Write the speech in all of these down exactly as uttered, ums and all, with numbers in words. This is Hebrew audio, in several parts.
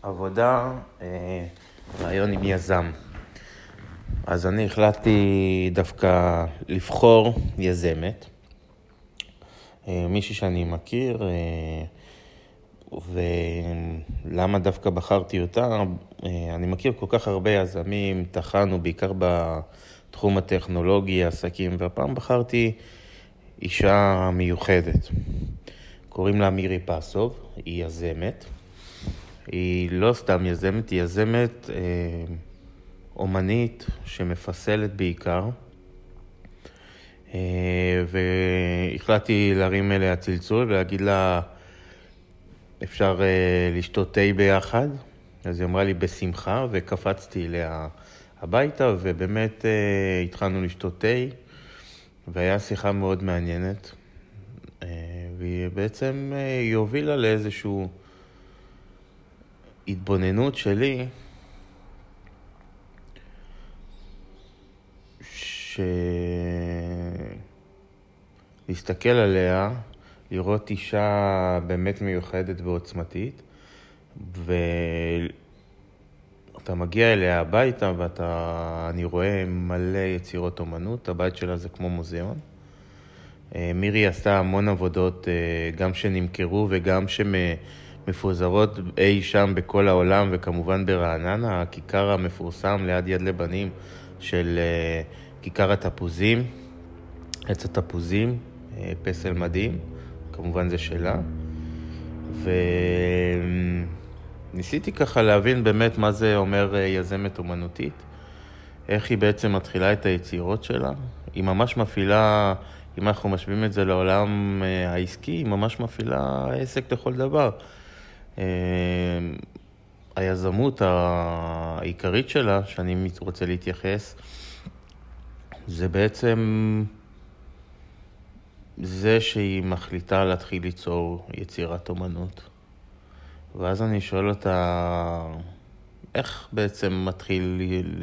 עבודה, אה, רעיון עם יזם. אז אני החלטתי דווקא לבחור יזמת, אה, מישהי שאני מכיר, אה, ולמה דווקא בחרתי אותה? אה, אני מכיר כל כך הרבה יזמים, תחנו בעיקר בתחום הטכנולוגי, עסקים, והפעם בחרתי אישה מיוחדת. קוראים לה מירי פסוב, היא יזמת. היא לא סתם יזמת, היא יזמת אה, אומנית שמפסלת בעיקר. אה, והחלטתי להרים אליה צלצול ולהגיד לה, אפשר אה, לשתות תה ביחד? אז היא אמרה לי בשמחה, וקפצתי אליה הביתה, ובאמת אה, התחלנו לשתות תה, והיה שיחה מאוד מעניינת. אה, והיא בעצם אה, היא הובילה לאיזשהו התבוננות שלי, להסתכל עליה, לראות אישה באמת מיוחדת ועוצמתית, ואתה מגיע אליה הביתה ואתה, אני רואה מלא יצירות אומנות, הבית שלה זה כמו מוזיאון. מירי עשתה המון עבודות, גם שנמכרו וגם שמפוזרות אי שם בכל העולם, וכמובן ברעננה, הכיכר המפורסם ליד יד לבנים של כיכר התפוזים, עץ התפוזים, פסל מדהים, כמובן זה שלה. וניסיתי ככה להבין באמת מה זה אומר יזמת אומנותית, איך היא בעצם מתחילה את היצירות שלה. היא ממש מפעילה, אם אנחנו משווים את זה לעולם העסקי, היא ממש מפעילה עסק לכל דבר. היזמות העיקרית שלה, שאני רוצה להתייחס, זה בעצם זה שהיא מחליטה להתחיל ליצור יצירת אומנות. ואז אני שואל אותה, איך בעצם מתחיל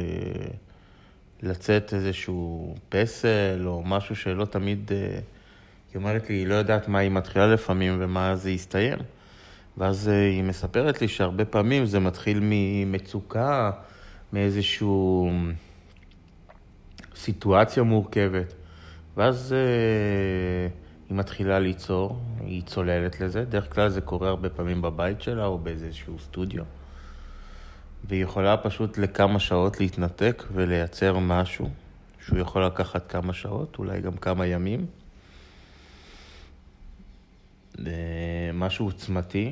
לצאת איזשהו פסל או משהו שלא תמיד, היא אומרת לי, היא לא יודעת מה היא מתחילה לפעמים ומה זה יסתיים. ואז היא מספרת לי שהרבה פעמים זה מתחיל ממצוקה, מאיזשהו סיטואציה מורכבת. ואז היא מתחילה ליצור, היא צוללת לזה. דרך כלל זה קורה הרבה פעמים בבית שלה או באיזשהו סטודיו. והיא יכולה פשוט לכמה שעות להתנתק ולייצר משהו שהוא יכול לקחת כמה שעות, אולי גם כמה ימים. משהו עוצמתי.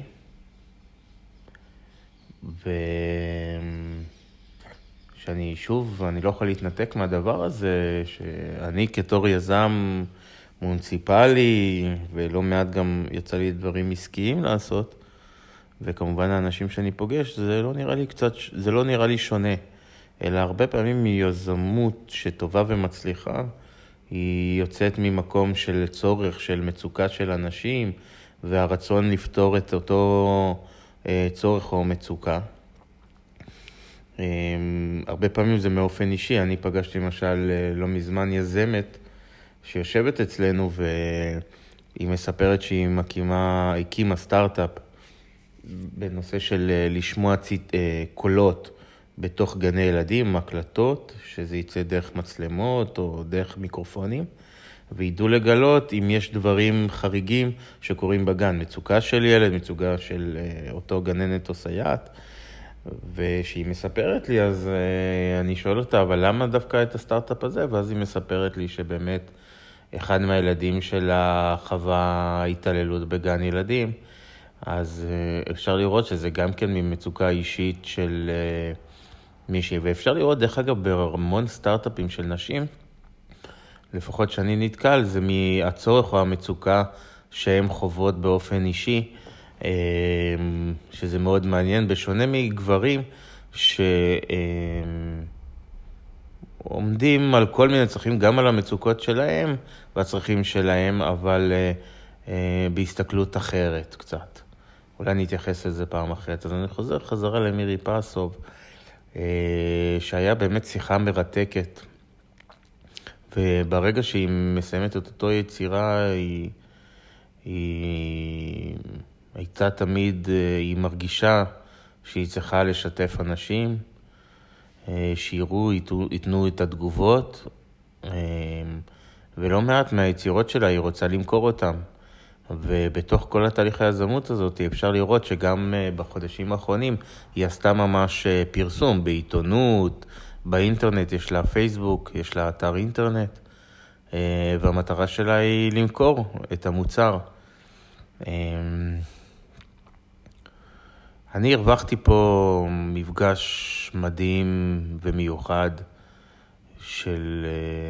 ושאני שוב, אני לא יכול להתנתק מהדבר הזה, שאני כתור יזם מוניציפלי, ולא מעט גם יצא לי דברים עסקיים לעשות, וכמובן האנשים שאני פוגש, זה לא נראה לי קצת, זה לא נראה לי שונה, אלא הרבה פעמים מיזמות שטובה ומצליחה, היא יוצאת ממקום של צורך, של מצוקה של אנשים, והרצון לפתור את אותו צורך או מצוקה. הרבה פעמים זה מאופן אישי. אני פגשתי למשל לא מזמן יזמת שיושבת אצלנו, והיא מספרת שהיא מקימה, הקימה סטארט-אפ בנושא של לשמוע ציט, קולות בתוך גני ילדים, מקלטות, שזה יצא דרך מצלמות או דרך מיקרופונים, וידעו לגלות אם יש דברים חריגים שקורים בגן, מצוקה של ילד, מצוקה של אותו גננת או סייעת. ושהיא מספרת לי, אז אני שואל אותה, אבל למה דווקא את הסטארט-אפ הזה? ואז היא מספרת לי שבאמת אחד מהילדים שלה חווה התעללות בגן ילדים, אז אפשר לראות שזה גם כן ממצוקה אישית של מישהי. ואפשר לראות, דרך אגב, בהמון סטארט-אפים של נשים, לפחות שאני נתקל, זה מהצורך או המצוקה שהן חוות באופן אישי, שזה מאוד מעניין, בשונה מגברים שעומדים על כל מיני צרכים, גם על המצוקות שלהם והצרכים שלהם, אבל בהסתכלות אחרת קצת. אולי אני אתייחס לזה פעם אחרת. אז אני חוזר חזרה למירי פסוב, שהיה באמת שיחה מרתקת. וברגע שהיא מסיימת את אותו יצירה, היא, היא הייתה תמיד, היא מרגישה שהיא צריכה לשתף אנשים, שיראו, ייתנו את התגובות, ולא מעט מהיצירות שלה היא רוצה למכור אותם. ובתוך כל התהליך היזמות הזאת אפשר לראות שגם בחודשים האחרונים היא עשתה ממש פרסום בעיתונות, באינטרנט, יש לה פייסבוק, יש לה אתר אינטרנט, והמטרה שלה היא למכור את המוצר. אני הרווחתי פה מפגש מדהים ומיוחד של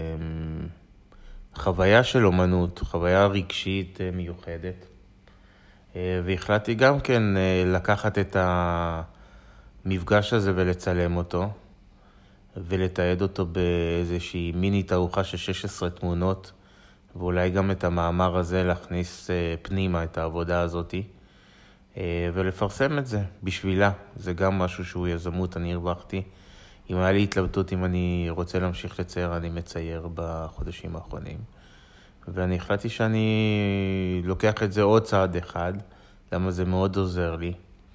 חוויה של אומנות, חוויה רגשית מיוחדת. והחלטתי גם כן לקחת את המפגש הזה ולצלם אותו, ולתעד אותו באיזושהי מיני תערוכה של שש עשרה תמונות, ואולי גם את המאמר הזה להכניס פנימה את העבודה הזאת, ולפרסם את זה בשבילה. זה גם משהו שהוא יזמות, אני הרווחתי. אם היה לי התלבטות אם אני רוצה להמשיך לצייר, אני מצייר בחודשים האחרונים. ואני החלטתי שאני לוקח את זה עוד צעד אחד, למה זה מאוד עוזר לי.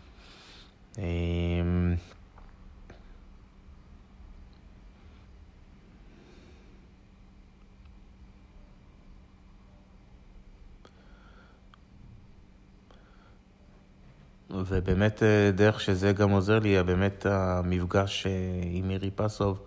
ובאמת דרך שזה גם עוזר לי, באמת המפגש עם מירי פסוב,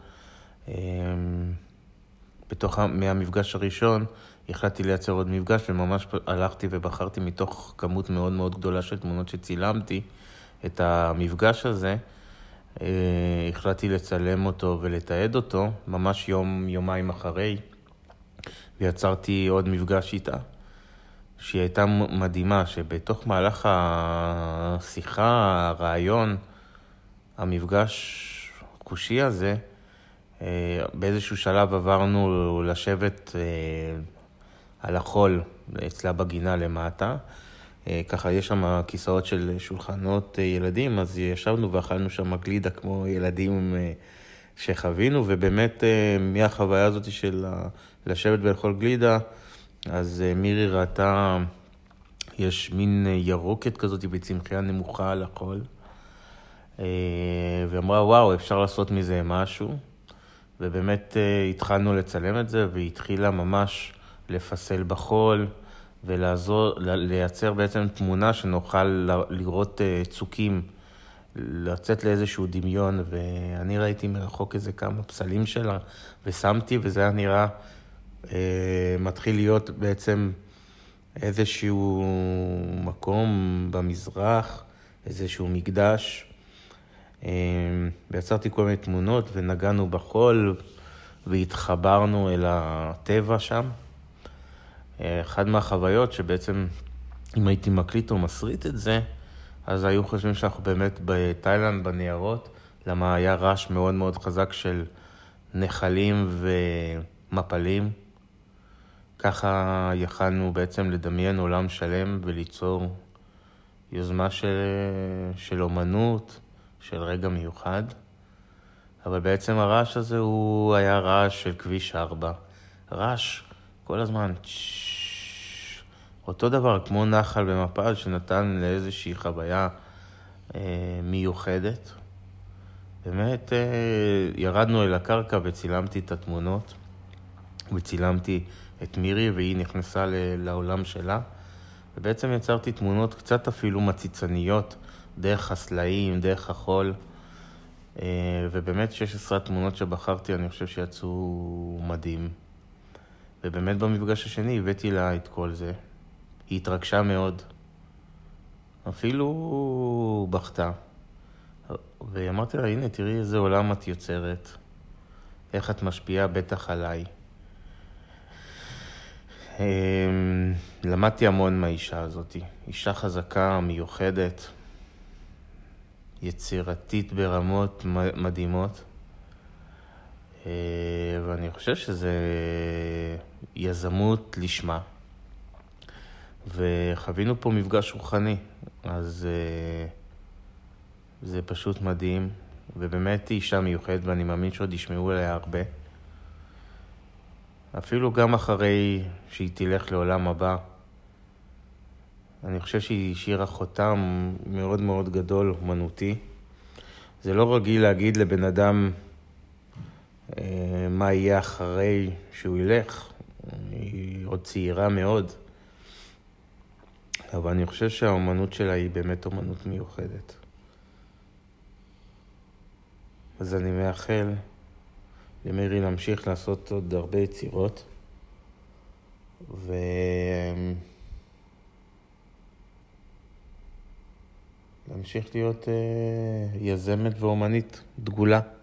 בתוך, מהמפגש הראשון, החלטתי לייצר עוד מפגש, וממש הלכתי ובחרתי מתוך כמות מאוד מאוד גדולה של תמונות שצילמתי את המפגש הזה, החלטתי לצלם אותו ולתעד אותו, ממש יום, יומיים אחרי, ויצרתי עוד מפגש איתה. שהיא הייתה מדהימה, שבתוך מהלך השיחה, הרעיון, המפגש חושי הזה, באיזשהו שלב עברנו לשבת על החול אצלה בגינה למטה. ככה יש שם כיסאות של שולחנות ילדים, אז ישבנו ואכלנו שם גלידה כמו ילדים שחווינו, ובאמת מהחוויה הזאת של לשבת ולאכול גלידה, אז מירי ראתה, יש מין ירוקת כזאת בצמחייה נמוכה על החול, ואמרה, וואו, אפשר לעשות מזה משהו. ובאמת התחלנו לצלם את זה, והיא התחילה ממש לפסל בחול, ולעזור, לייצר בעצם תמונה שנוכל לראות צוקים, לצאת לאיזשהו דמיון, ואני ראיתי מרחוק איזה כמה פסלים שלה, ושמתי, וזה היה נראה, מתחיל להיות בעצם איזשהו מקום במזרח, איזשהו מקדש. ויצרתי כל מיני תמונות ונגענו בחול והתחברנו אל הטבע שם. אחד מהחוויות שבעצם אם הייתי מקליט או מסריט את זה, אז היו חושבים שאנחנו באמת בתאילנד בניירות, למה היה רעש מאוד מאוד חזק של נחלים ומפלים. ככה יכלנו בעצם לדמיין עולם שלם וליצור יוזמה של, של אומנות, של רגע מיוחד. אבל בעצם הרעש הזה הוא היה רעש של כביש ארבע. רעש כל הזמן, אותו דבר כמו נחל במפל שנתן לאיזושהי חוויה אה, מיוחדת. באמת אה, ירדנו אל הקרקע וצילמתי את התמונות, וצילמתי את מירי והיא נכנסה לעולם שלה, ובעצם יצרתי תמונות קצת אפילו מציצניות, דרך הסלעים, דרך החול, ובאמת שש עשרה תמונות שבחרתי אני חושב שיצאו מדהים. ובאמת במפגש השני הבאתי לה את כל זה, היא התרגשה מאוד, אפילו בכתה, ואמרתי לה, הנה תראי איזה עולם את יוצרת, איך את משפיעה בטח עליי. למדתי המון מהאישה הזאת, אישה חזקה, מיוחדת, יצירתית ברמות מדהימות, ואני חושב שזה יזמות לשמה, וחווינו פה מפגש רוחני, אז זה פשוט מדהים, ובאמת אישה מיוחדת, ואני מאמין שעוד ישמעו עליה הרבה. אפילו גם אחרי שהיא תלך לעולם הבא, אני חושב שהיא השאירה חותם מאוד מאוד גדול, אומנותי, זה לא רגיל להגיד לבן אדם אה, מה יהיה אחרי שהוא ילך. היא עוד צעירה מאוד. אבל אני חושב שהאומנות שלה היא באמת אומנות מיוחדת. אז אני מאחל למירי להמשיך לעשות עוד הרבה יצירות. ו... להמשיך להיות אה, יזמת ואומנית דגולה.